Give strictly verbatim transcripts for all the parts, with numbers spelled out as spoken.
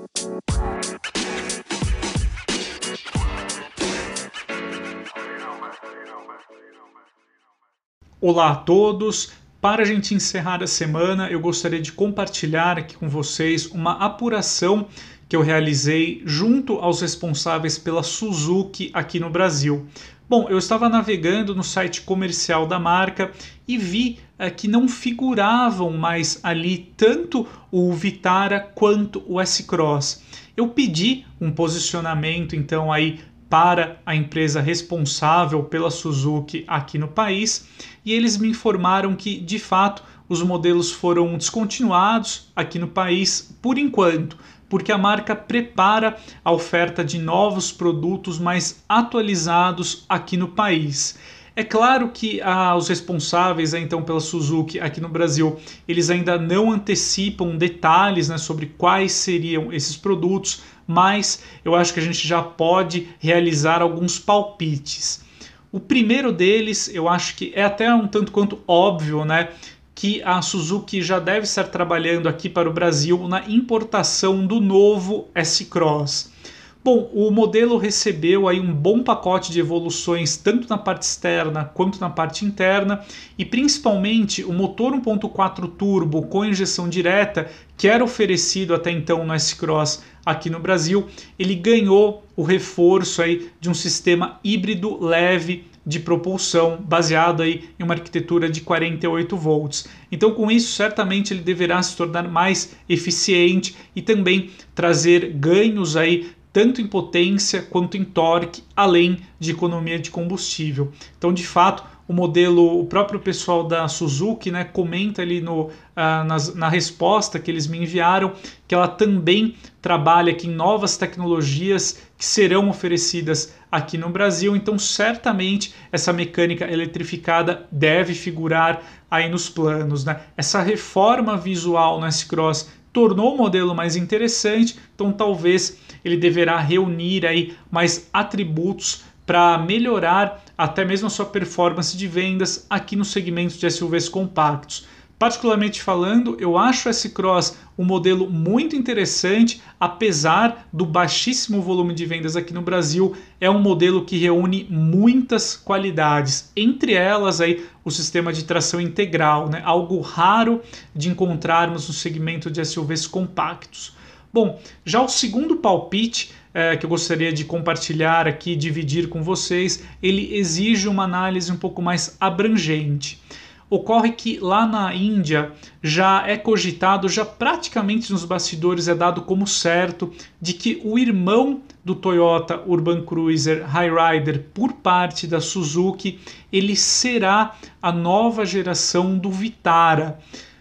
Olá a todos! Para a gente encerrar a semana, eu gostaria de compartilhar aqui com vocês uma apuração que eu realizei junto aos responsáveis pela Suzuki aqui no Brasil. Bom, eu estava navegando no site comercial da marca e vi é, que não figuravam mais ali tanto o Vitara quanto o S-Cross. Eu pedi um posicionamento então aí para a empresa responsável pela Suzuki aqui no país e eles me informaram que, de fato, os modelos foram descontinuados aqui no país por enquanto, porque a marca prepara a oferta de novos produtos mais atualizados aqui no país. É claro que ah, os responsáveis então pela Suzuki aqui no Brasil, eles ainda não antecipam detalhes, né, sobre quais seriam esses produtos, mas eu acho que a gente já pode realizar alguns palpites. O primeiro deles, eu acho que é até um tanto quanto óbvio, né, que a Suzuki já deve estar trabalhando aqui para o Brasil na importação do novo S-Cross. Bom, o modelo recebeu aí um bom pacote de evoluções tanto na parte externa quanto na parte interna e principalmente o motor um ponto quatro turbo com injeção direta que era oferecido até então no S-Cross aqui no Brasil, ele ganhou o reforço aí de um sistema híbrido leve de propulsão baseado aí em uma arquitetura de quarenta e oito volts. Então com isso certamente ele deverá se tornar mais eficiente e também trazer ganhos aí tanto em potência quanto em torque, além de economia de combustível. Então, de fato, o modelo, o próprio pessoal da Suzuki, né, comenta ali no, ah, nas, na resposta que eles me enviaram, que ela também trabalha aqui em novas tecnologias que serão oferecidas aqui no Brasil, então certamente essa mecânica eletrificada deve figurar aí nos planos, né? Essa reforma visual no S-Cross tornou o modelo mais interessante, então talvez ele deverá reunir aí mais atributos para melhorar até mesmo a sua performance de vendas aqui no segmento de S U Vs compactos. Particularmente falando, eu acho o S-Cross um modelo muito interessante, apesar do baixíssimo volume de vendas aqui no Brasil, é um modelo que reúne muitas qualidades, entre elas aí o sistema de tração integral, né? Algo raro de encontrarmos no segmento de S U Vs compactos. Bom, já o segundo palpite é, que eu gostaria de compartilhar aqui, dividir com vocês, ele exige uma análise um pouco mais abrangente. Ocorre que lá na Índia já é cogitado, já praticamente nos bastidores é dado como certo, de que o irmão do Toyota Urban Cruiser Hyryder por parte da Suzuki, ele será a nova geração do Vitara.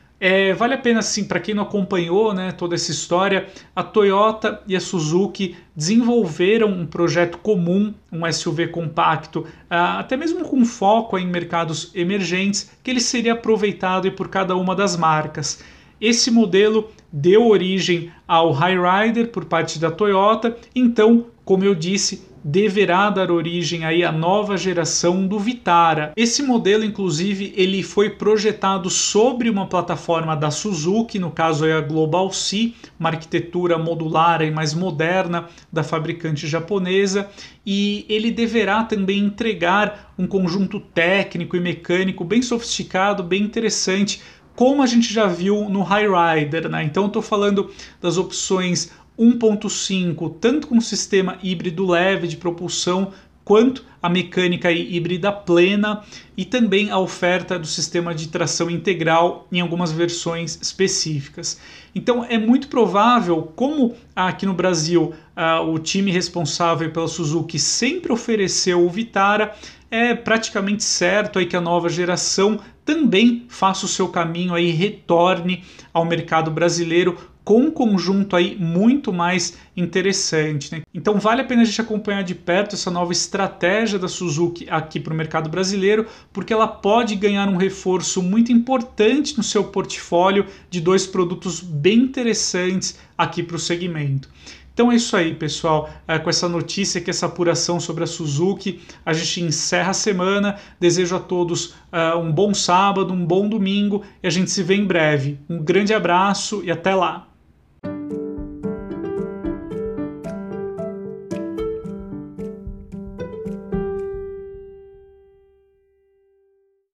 É, vale a pena, assim, para quem não acompanhou, né, toda essa história, a Toyota e a Suzuki desenvolveram um projeto comum, um S U V compacto, uh, até mesmo com foco em mercados emergentes, que ele seria aproveitado por cada uma das marcas. Esse modelo deu origem ao Hyryder por parte da Toyota, então, como eu disse, deverá dar origem aí à nova geração do Vitara. Esse modelo, inclusive, ele foi projetado sobre uma plataforma da Suzuki, no caso é a Global C, uma arquitetura modular e mais moderna da fabricante japonesa, e ele deverá também entregar um conjunto técnico e mecânico bem sofisticado, bem interessante, como a gente já viu no Hyryder, né? Então estou falando das opções um ponto cinco, tanto com o sistema híbrido leve de propulsão, quanto a mecânica híbrida plena e também a oferta do sistema de tração integral em algumas versões específicas. Então é muito provável, como aqui no Brasil uh, o time responsável pela Suzuki sempre ofereceu o Vitara, é praticamente certo aí que a nova geração também faça o seu caminho aí, retorne ao mercado brasileiro com um conjunto aí muito mais interessante, né? Então vale a pena a gente acompanhar de perto essa nova estratégia da Suzuki aqui para o mercado brasileiro, porque ela pode ganhar um reforço muito importante no seu portfólio de dois produtos bem interessantes aqui para o segmento. Então é isso aí, pessoal. É, com essa notícia, com essa apuração sobre a Suzuki, a gente encerra a semana. Desejo a todos uh, um bom sábado, um bom domingo e a gente se vê em breve. Um grande abraço e até lá!